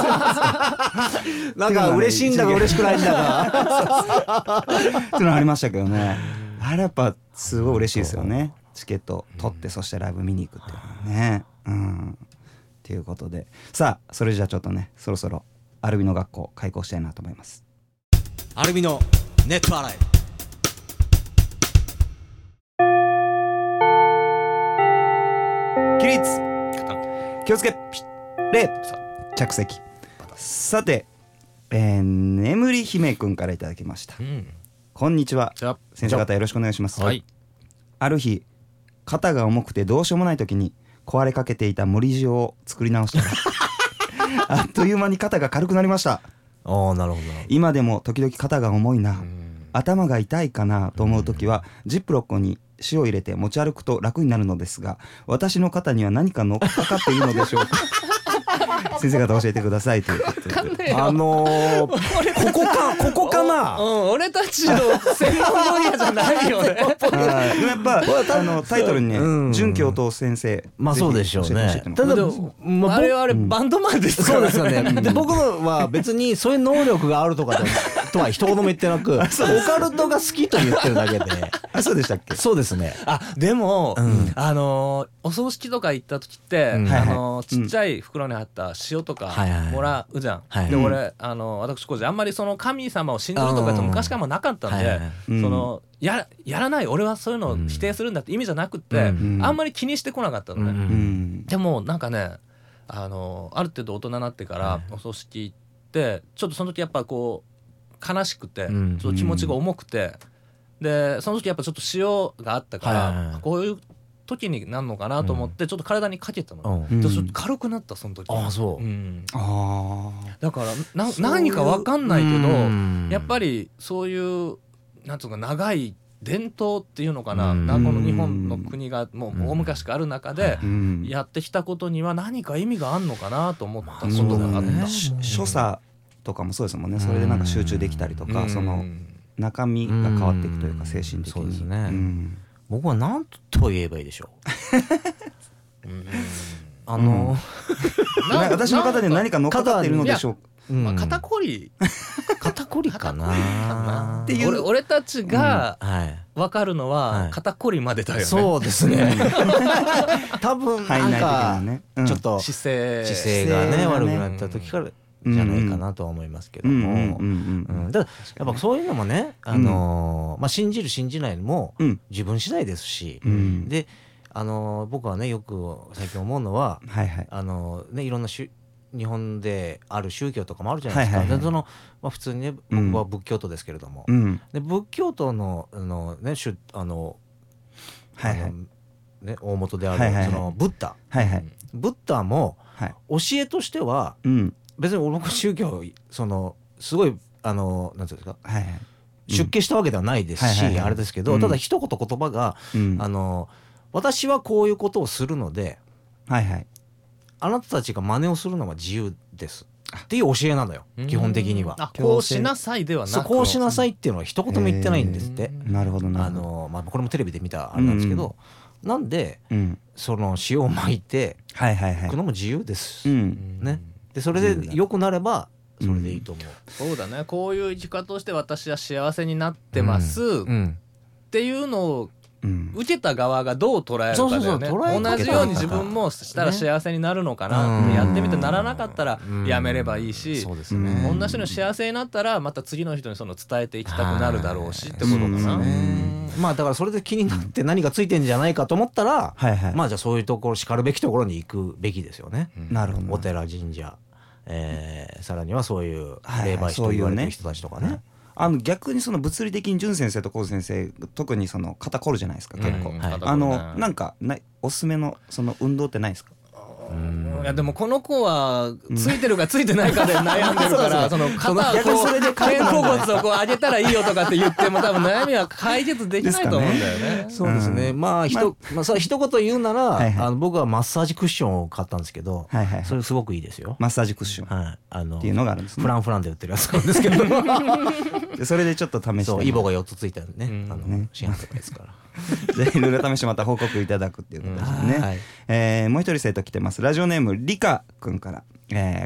なんか嬉しいんだか嬉しくないんだかっていうのありましたけどね。あれやっぱすごい嬉しいですよね、チケット取ってそしてライブ見に行くっていうのね。ということで、さあそれじゃあちょっとね、そろそろアルビノ学校開校したいなと思います。 アルビノネットアライ起立、気をつけ、礼、着席。さて、眠り姫くんからいただきました。こんにちは、先生方よろしくお願いします。ある日肩が重くてどうしようもない時に壊れかけていた盛り塩を作り直したらあっという間に肩が軽くなりました。 なるほど。 今でも時々肩が重いな、頭が痛いかなと思う時はジップロックに塩を入れて持ち歩くと楽になるのですが、私の肩には何か乗っかかっているのでしょうか先生方教えてくださいということで、 ここかな、 俺たちの専門分野じゃないよねでもやっぱタイトルにね、准教頭先生、 そうでしょうね。 ただ我々バンドマンですから。 そうですよね。で僕は別にそういう能力があるとかとは一言も言ってなく、オカルトが好きと言ってるだけで。 そうでしたっけ？ そうですね。 でもお葬式とか行った時ってちっちゃい袋に入った塩とかもらうじゃん。で俺私あんまりその神様を信じるとかって昔からもなかったんで、そのやらない、俺はそういうのを否定するんだって意味じゃなくってあんまり気にしてこなかったのね。でもなんかねある程度大人になってからお葬式行ってちょっとその時やっぱこう悲しくてちょっと気持ちが重くて、でその時やっぱちょっと塩があったからこういう時になるのかなと思ってちょっと体にかけたの、でちょっと軽くなったその時。だから何か分かんないけどやっぱりそういうなんつうか長い伝統っていうのかな、この日本の国がもう大昔からある中でやってきたことには何か意味があるのかなと思ったことがあった。 所作とかもそうですもんね。それでなんか集中できたりとか、その中身が変わっていくというか、精神的に。 そうですね。僕は何と言えばいいでしょう。 私の方に何か乗っかかっているのでしょうか。 肩こりかなっていう。俺たちが分かるのは肩こりまでだよね。 そうですね。多分なんかちょっと姿勢がね悪くなった時からじゃないかなとは思いますけども、だからやっぱそういうのもね、信じる信じないのも自分次第ですし、で僕はねよく最近思うのは、いろんな日本である宗教とかもあるじゃないですか。でその普通にね、僕は仏教徒ですけれども、で仏教徒の大元であるそのブッダも教えとしては別に僕宗教すごいなんていうんですか、出家したわけではないですし、あれですけど、ただ一言言葉が私はこういうことをするので、あなたたちが真似をするのは自由ですっていう教えなのよ、基本的には。 こうしなさいではなく、 こうしなさいっていうのは一言も言ってないんですって。 なるほどな。 これもテレビで見たあれなんですけど、なんでその塩を巻いていくのも自由ですね。でそれで良くなればそれでいいと思う。 そうだね。こういう生き方をして私は幸せになってますっていうのを受けた側がどう捉えるかだよね。同じように自分もしたら幸せになるのかなってやってみて、ならなかったらやめればいいし、同じように幸せになったらまた次の人にその伝えていきたくなるだろうしってことかな。 まあだからそれで気になって何かついてんじゃないかと思ったら、まあじゃあそういうところ、しかるべきところに行くべきですよね。 なるほど。 お寺神社、さらにはそういう霊媒師と言われてる人たちとかね。 逆にその物理的に淳先生とコウ先生特にその肩こるじゃないですか、結構。なんかおすすめのその運動ってないですか？ いやでもこの子はついてるかついてないかで悩んでるから、その肩をこう肩甲骨をこう上げたらいいよとかって言っても多分悩みは解決できないと思うんだよね。 そうですね。まあ一言言うなら、僕はマッサージクッションを買ったんですけど、それすごくいいですよ。 マッサージクッションっていうのがあるんですね。 フランで売ってるやつなんですけど、 それでちょっと試して、 イボが4つついたね、市販とかですから。 じゃあいろいろ試してまた報告いただくっていうことですね。もう一人生徒来てます。ラジオネームリカくんから、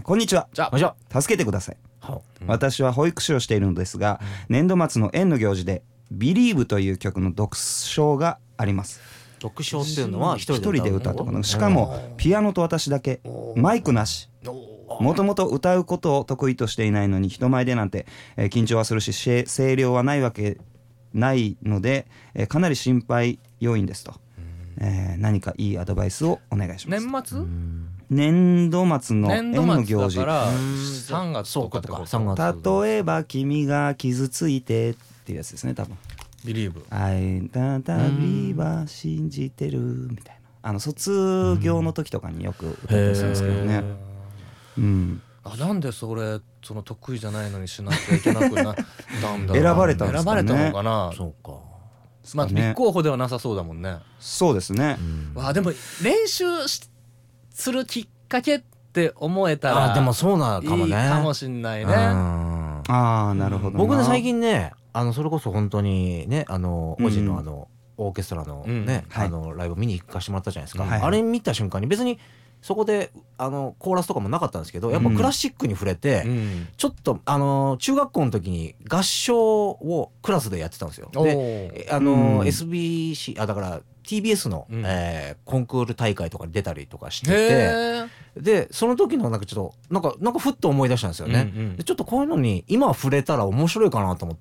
こんにちは。助けてください。私は保育士をしているのですが、年度末の園の行事でビリーブという曲の読唱があります。 読唱っていうのは一人で歌うとか、しかもピアノと私だけ、マイクなし。もともと歌うことを得意としていないのに人前でなんて、緊張はするし声量はないわけないので、かなり心配要因ですと。何かいいアドバイスをお願いします。年度末の園の行事だから3月とかってこと。 例えば君が傷ついてっていうやつですね、多分。 ビリーブ、 I don't believe 信じてるみたいな、卒業の時とかによく歌ったりするんですけどね。 なんでその得意じゃないのにしなきゃいけなくなったんだろう。 選ばれたんですかね。 選ばれたのかな。そうか。まあ立候補ではなさそうだもんね。 そうですね。 でも練習するきっかけって思えたら、 でもそうなのかもね。 いいかもしんないね。 なるほど。 僕ね最近ね、それこそ本当にね、オジのオーケストラのね、ライブ見に行かせてもらったじゃないですか。あれ見た瞬間に別にそこでコーラスとかもなかったんですけど、やっぱクラシックに触れて、ちょっと中学校の時に合唱をクラスでやってたんですよ。でSBC だから TBS のコンクール大会とかに出たりとかしてて、でその時のなんかちょっとなんかふっと思い出したんですよね。でちょっとこういうのに今触れたら面白いかなと思って、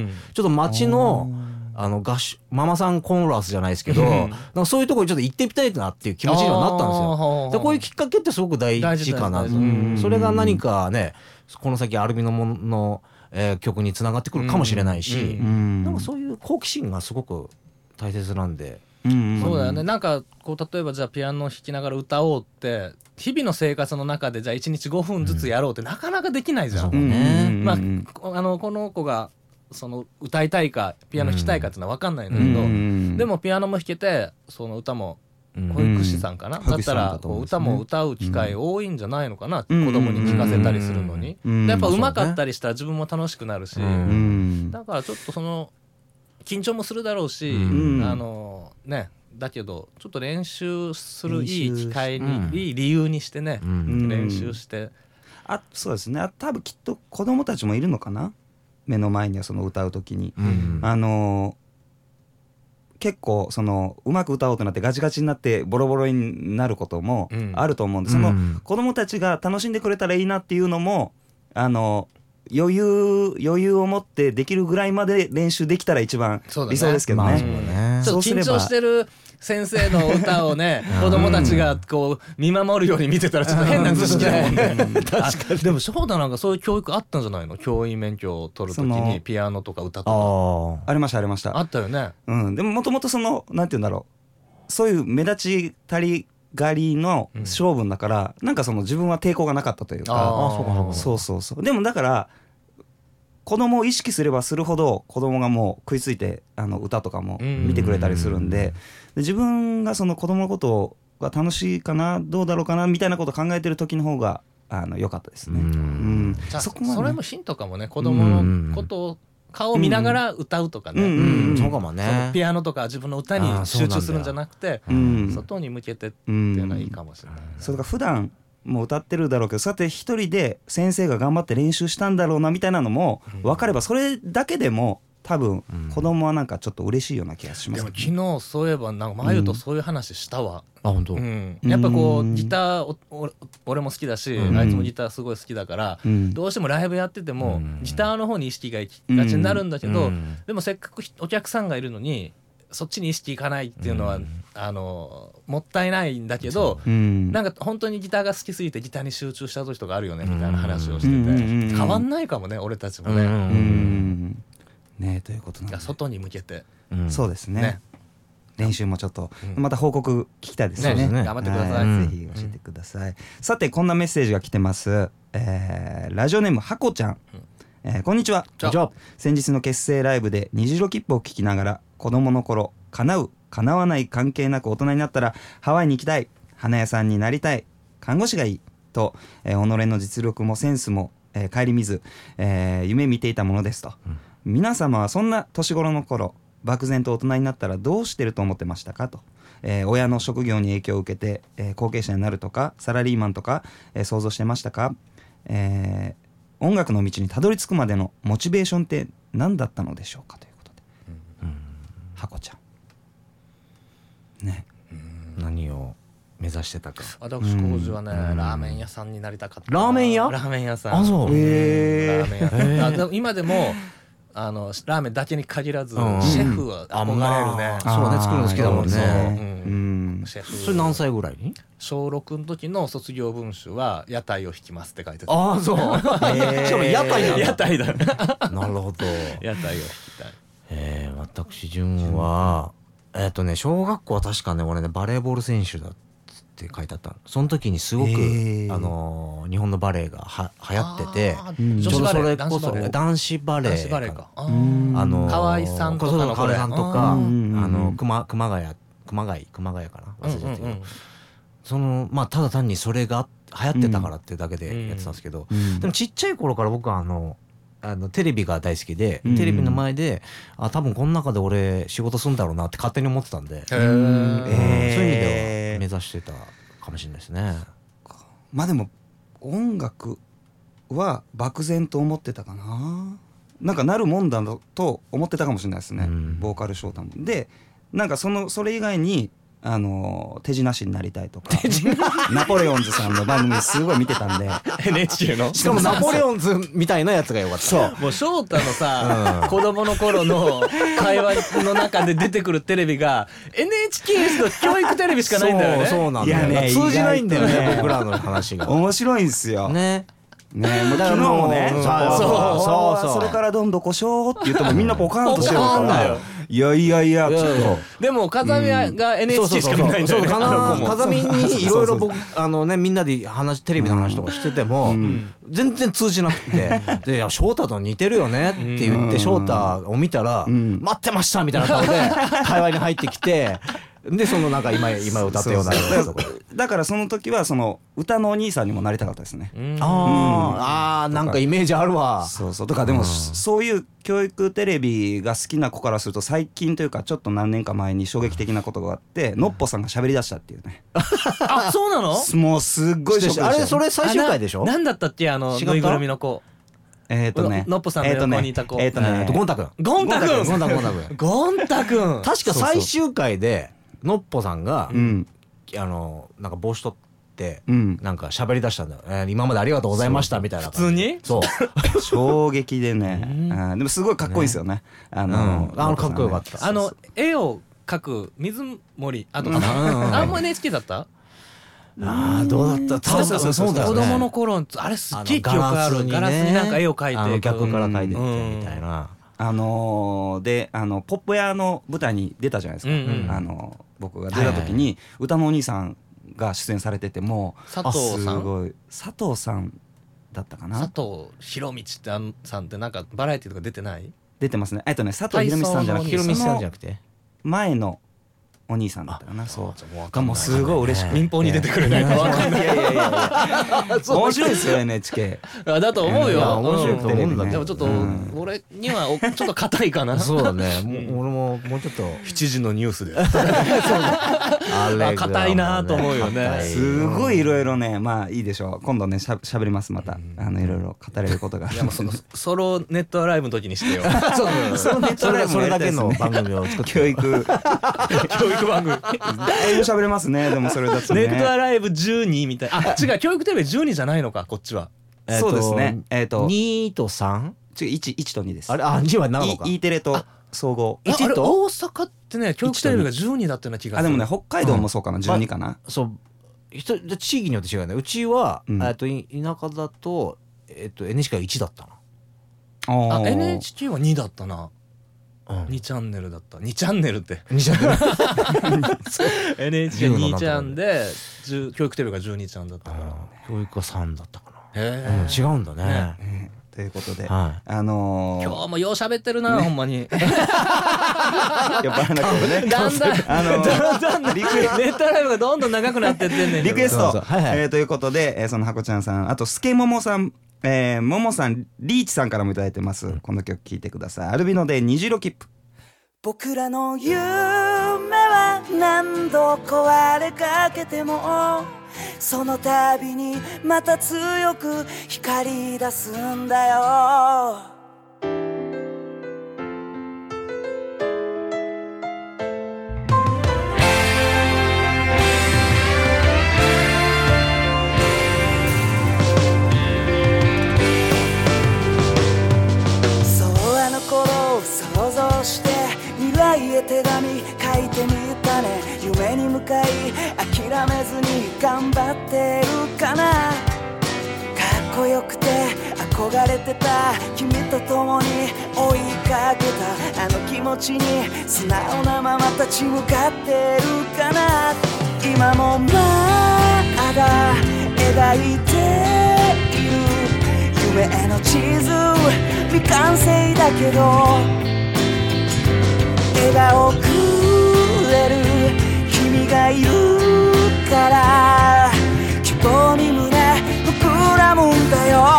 ちょっと街のママさんコンラスじゃないですけど、なんかそういうところにちょっと行ってみたいなっていう気持ちにはなったんですよ。でこういうきっかけってすごく大事かなと。それが何かね、この先アルビノの曲につながってくるかもしれないし、なんかそういう好奇心がすごく大切なんで。 そうだよね。なんかこう例えばじゃあピアノを弾きながら歌おうって日々の生活の中でじゃあ1日5分ずつやろうってなかなかできないじゃん。まあこの子がその歌いたいかピアノ弾きたいかっていうのは分かんないんだけど、でもピアノも弾けてその歌も保育士さんかな、だったらこう歌も歌う機会多いんじゃないのかな、子供に聴かせたりするのに。でやっぱ上手かったりしたら自分も楽しくなるし、だからちょっとその緊張もするだろうし、ね、だけどちょっと練習するいい機会に、いい理由にしてね、練習して。 そうですね、多分きっと子供たちもいるのかな、目の前にはその歌う時に、結構そのうまく歌おうとなってガチガチになってボロボロになることもあると思うんで、その子供たちが楽しんでくれたらいいなっていうのも余裕を持ってできるぐらいまで練習できたら一番理想ですけどね。 ちょっと緊張してる先生の歌をね子供たちがこう見守るように見てたらちょっと変な図式だもんね。確かに。でもそうだ、なんかそういう教育あったんじゃないの、教員免許を取るときにピアノとか歌とか。 ありましたありました。 あったよね。 でももともとそのなんて言うんだろう、そういう目立ちたりがりの勝負だから、なんかその自分は抵抗がなかったというか。そうでもだから子供を意識すればするほど子供がもう食いついて歌とかも見てくれたりするんで、自分がその子供のことが楽しいかなどうだろうかなみたいなことを考えてる時の方が良かったですね。 それもヒントかもね、子供のことを顔を見ながら歌うとかね。 そうかもね。 ピアノとか自分の歌に集中するんじゃなくて外に向けてっていうのはいいかもしれない。 それが普段もう歌ってるだろうけど、そうやって一人で先生が頑張って練習したんだろうなみたいなのも分かれば、それだけでも多分子供はなんかちょっと嬉しいような気がします、ね。 でも昨日そういえばなんかまゆとそういう話したわ。 本当。 やっぱこうギター俺も好きだし、あいつもギターすごい好きだから、どうしてもライブやっててもギターの方に意識がいきがちになるんだけど、でもせっかくお客さんがいるのにそっちに意識いかないっていうのは、もったいないんだけど、なんか本当にギターが好きすぎてギターに集中した時とかあるよねみたいな話をしてて、変わんないかもね俺たちもね。 ね、ということなんで外に向けて、 そうですね、練習もちょっとまた報告聞きたいですね。 頑張ってください。 ぜひ教えてください。さてこんなメッセージが来てます。ラジオネームはこちゃん。こんにちは。先日の結成ライブで虹色切符を聞きながら、子供の頃叶う叶わない関係なく大人になったらハワイに行きたい、花屋さんになりたい、看護師がいいと、己の実力もセンスも、顧みず、夢見ていたものですと、皆様はそんな年頃の頃漠然と大人になったらどうしてると思ってましたかと、親の職業に影響を受けて、後継者になるとかサラリーマンとか、想像してましたか、音楽の道にたどり着くまでのモチベーションって何だったのでしょうかということで、はこちゃんね、 何を目指してたか。 私当時はね、ラーメン屋さんになりたかった。 ラーメン屋さん。あ、そう。 ラーメン屋さん。今でもラーメンだけに限らず、シェフは憧れるね。 そうね、作るの好きだもんね。 シェフ。 それ何歳ぐらいに？ 小6の時の卒業文集は屋台を引きますって書いてた。 ああ、そう。しかも屋台なんだ。 屋台だ。 なるほど。 屋台を引きたい。 私順は小学校は確かね、俺ねバレーボール選手だって書いてあった。その時にすごく日本のバレーが流行ってて、ちょうどそれこそ男子バレーか、 河合さんとかの河合さんとか熊谷かな、忘れちゃったけど、そのまあただ単にそれが流行ってたからっていうだけでやってたんですけど、でもちっちゃい頃から僕はテレビが大好きで、テレビの前で多分この中で俺仕事するんだろうなって勝手に思ってたんで、そういう意味では目指してたかもしれないですね。 まあでも音楽は漠然と思ってたかな。なんかなるもんだと思ってたかもしれないですね、ボーカルショータもで、なんかそれ以外に手品師になりたいとかナポレオンズさんの番組すごい見てたんで NHK のしかもナポレオンズみたいなやつがよかった。 そうもう翔太のさ、子供の頃の会話の中で出てくるテレビが NHK の教育テレビしかないんだよね。 そうなんだよね。通じないんだよね、僕らの話が。 面白いんですよね。 ね、昨日もね、それからどんどこしょうって言ってもみんなポカーンとしてるからいやいやいやちょっとでも風見が NHK しか見ないんだよね。 風見にいろいろ僕みんなでテレビの話とかしてても全然通じなくて、で翔太と似てるよねって言って翔太を見たら待ってましたみたいな顔で会話に入ってきて、でそのなんか今歌ったようなだからその時はその歌のお兄さんにもなりたかったですね。 なんかイメージあるわ。 そうとかでもそういう教育テレビが好きな子からすると最近というかちょっと何年か前に衝撃的なことがあって、のっぽさんが喋り出したっていうね。 あ、そうなの？ もうすっごいショックでした。 あれそれ最終回でしょ？ なんだったっけぬいぐるみの子。のっぽさんの横にいた子。 ゴンタくん。 ゴンタくん。 確か最終回でのっぽさんがなんか帽子取ってなんか喋り出したんだよ。今までありがとうございましたみたいな。 普通に？ そう衝撃でね。でもすごいかっこいいですよね。 かっこよかった。 絵を描く水森あんま NHK だった？ どうだった？ そうだよね。子供の頃あれすっげえ記憶ある。ガラスになんか絵を描いて逆から描いてってみたいな。 でポップ屋の舞台に出たじゃないですか。僕が出た時に歌のお兄さんが出演されてても佐藤さん、 すごい佐藤さんだったかな。 佐藤博道ってさんってなんかバラエティとか出てない？ 出てますね。佐藤博道さんじゃなくて前のお兄さんだったかな。そうもうすごい嬉しく民放に出てくるね。 いや面白いですよ NHK。 だと思うよ。 面白いと思うんだけど、 でもちょっと俺にはちょっと硬いかな。 そうだね。俺ももうちょっと 7時のニュースで硬いなと思うよね。 すごいいろいろね。まあいいでしょう。今度ねしゃべります。またいろいろ語れることが。 ソロネットライブの時にしてよ。 ソロネットライブそれだけの番組を作って教育番組だいぶ喋れますね。でもそれだとね。 ネクタライブ12みたいな。違う、教育テレビ12じゃないのかこっちは。 そうですね。 2と 3？ 1と2です。 あれ2は長野か。 E テレと総合。 1と大阪ってね教育テレビが12だったような気がする。 でもね北海道もそうかな。12かな。 そう地域によって違うね。うちは田舎だとNHK が1だったな。NHK は2だったな。2チャンネルだった。2チャンネルって2チャンネルNHK2 チャンで教育テレビが12チャンだったから。 教育が3だったかな。違うんだね。 ということで今日もよう喋ってるなほんまに。 やっぱねだんだんネットライブがどんどん長くなってってんねん。 リクエストということでそのハコちゃんさん、あとスケモモさん、ももさん、リーチさんからもいただいてます。この曲聴いてください。アルビノで虹色切符。 僕らの夢は何度壊れかけてもその度にまた強く光り出すんだよ。そうあの頃を想像して未来へ手紙書いてみたね。夢に向かい諦めずに頑張ってるかな。かっこよくて憧れてた君と共に追いかけたあの気持ちに素直なまま立ち向かってるかな。今もまだ描いている夢への地図未完成だけど笑顔くれる君がいるから希望に胸膨らむんだよ。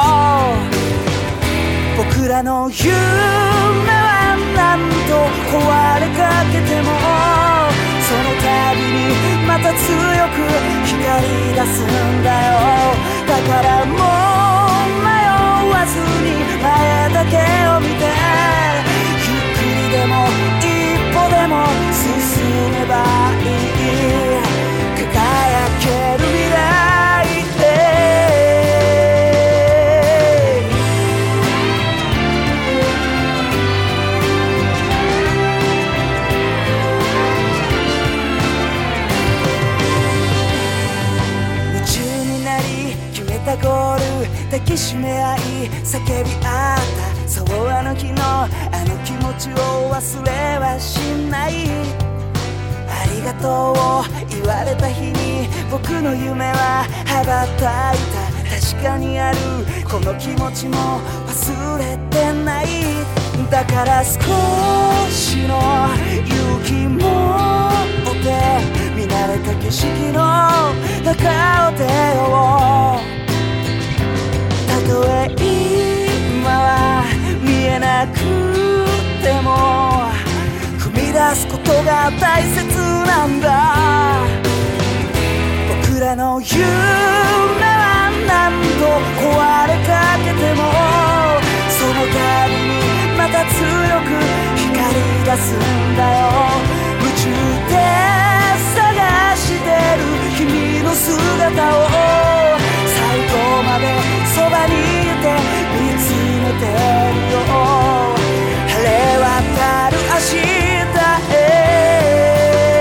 僕らの夢は何度壊れかけてもその度にまた強く光り出すんだよ。だからもう迷わずに前だけを見てゆっくりでも一歩でも進めばいい輝ける未来で夢中になり決めたゴールしめ合い叫び合った、そうあの日のあの気持ちを忘れはしない。ありがとうを言われた日に僕の夢は羽ばたいた。確かにあるこの気持ちも忘れてない。だから少しの勇気持って見慣れた景色の中を出よう。たとえ今は見えなくても踏み出すことが大切なんだ。僕らの夢は何度壊れかけてもその度にまた強く光り出すんだよ。夢中で探してる君の姿を最後までそばにいて見つめてるよ。晴れ渡る明日へ。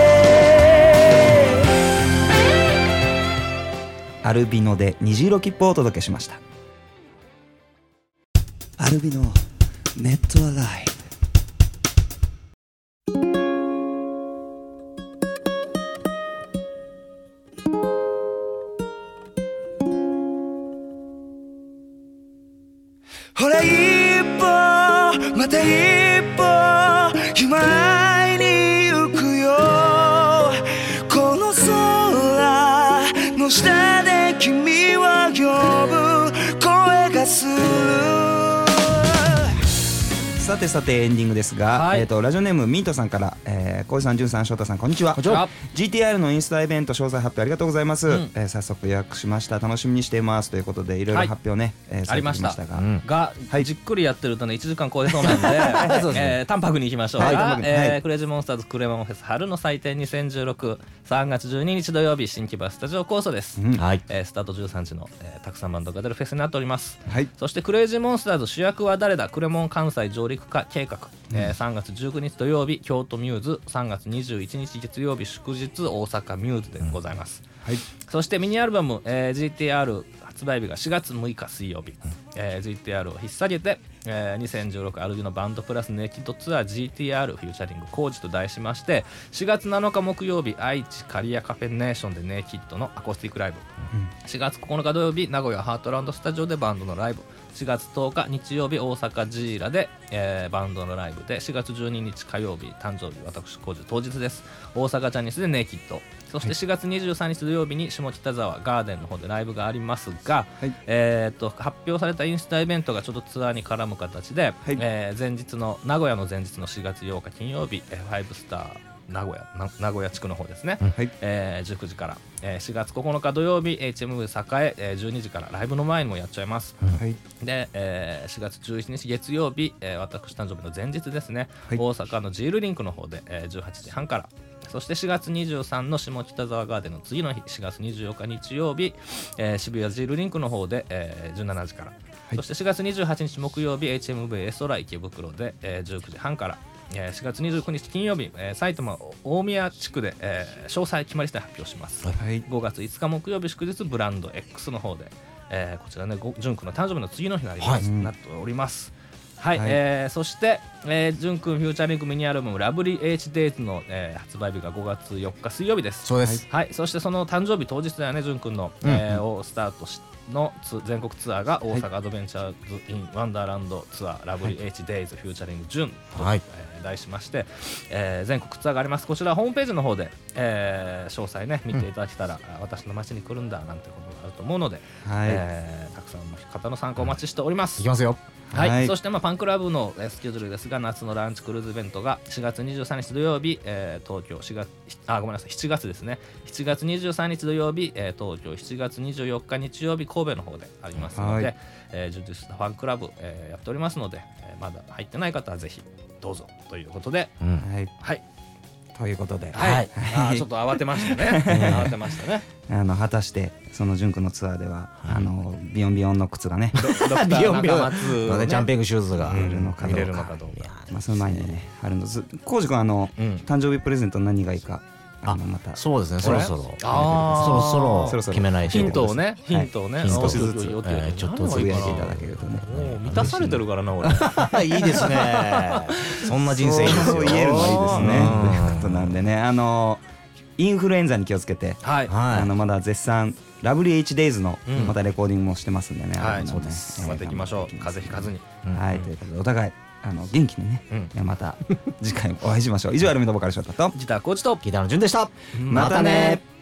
アルビノで虹色切符をお届けしました。 アルビノネットアライブ。ほら一歩また一歩前に行くよ。この空の下で君を呼ぶ声がする。 さてさてエンディングですが、 はい、 ラジオネームミントさんから、小井さん、じゅんさん、翔太さん、こんにちは。GTR のインスタイベント詳細発表ありがとうございます、早速予約しました。楽しみにしていますということでいろいろ発表ね、 ありましたが、 じっくりやってるとね1時間超えそうなんで淡白にいきましょう。クレイジーモンスターズクレモンフェス春の祭典2016、3月12日土曜日、新木場スタジオコーストです、スタート13時の、たくさんバンドが出るフェスになっております、そしてクレイジーモンスターズ主役は誰だクレモン関西上陸化計画、3月19日土曜日京都ミューズ、3月21日月曜日祝日大阪ミューズでございます、そしてミニアルバム、GTR 発売日が4月6日水曜日、GTR を引っ提げて、2016アルビノバンドプラスネイキッドツアー GTR フューチャリング工事と題しまして、4月7日木曜日愛知カリアカフェネーションでネイキッドのアコースティックライブ、4月9日土曜日名古屋ハートランドスタジオでバンドのライブ、4月10日日曜日大阪ジーラで、バンドのライブで、4月12日火曜日誕生日私工事当日です、大阪ジャニスでネイキッド、そして4月23日土曜日に下北沢ガーデンの方でライブがありますが、発表されたインスタイベントがちょっとツアーに絡む形で、前日の名古屋の前日の4月8日金曜日、5スター名古屋地区の方ですね、19時から、4月9日土曜日 HMV 栄、12時からライブの前にもやっちゃいます、で、4月11日月曜日、私誕生日の前日ですね、大阪のジールリンクの方で、18時半から、そして4月23の下北沢ガーデンの次の日4月24日日曜日、渋谷ジールリンクの方で、17時から、そして4月28日木曜日 HMV エストラ池袋で、19時半から、4月29日金曜日、埼玉大宮地区で、詳細決まり次第発表します、5月5日木曜日祝日ブランド X の方で、こちらねジュン君の誕生日の次の日になっております。そして、ジュン君フューチャリングミニアルバムラブリー H デイズの、発売日が5月4日水曜日です。 そうです、 そしてその誕生日当日だよね、ジュン君の、をスタートの全国ツアーが大阪アドベンチャーズ・イン・ワンダーランドツアーラブリー H デイズフューチャリングジュンと、題しまして、全国ツアーがあります。こちらホームページの方で、詳細ね見ていただけたら、私の街に来るんだなんてことがあると思うので、たくさんの方の参加お待ちしております。 いきますよ。 そして、ファンクラブのスケジュールですが、夏のランチクルーズイベントが4月23日土曜日、東京7月ですね、7月23日土曜日、東京、7月24日日曜日神戸の方でありますので、充実したファンクラブ、やっておりますので、まだ入ってない方はぜひどうぞということで、 ということで、 ちょっと慌てましたね慌てましたね。 果たしてそのジュン君のツアーでは、ビヨンビヨンの靴がねビヨンビヨンのジャンピングシューズが見れるのかどうか、その前にねあるの。コウジ君誕生日プレゼント何がいいかまたそうですね、そろそろ決めないと。 ヒントをね少しずつちょっとつぶやいていただけるとね、 満たされてるからな俺。 いいですね、そんな人生いいですよ。 そう言えるのいいですね。ということなんでね、インフルエンザに気をつけて、まだ絶賛ラブリー HDays のまたレコーディングもしてますんでね。 そうです。頑張っていきましょう、風邪ひかずに。 はいということでお互い元気にね、また次回お会いしましょう。以上アルミのボーカルショットとギターコーチとギターの順でした。 またね。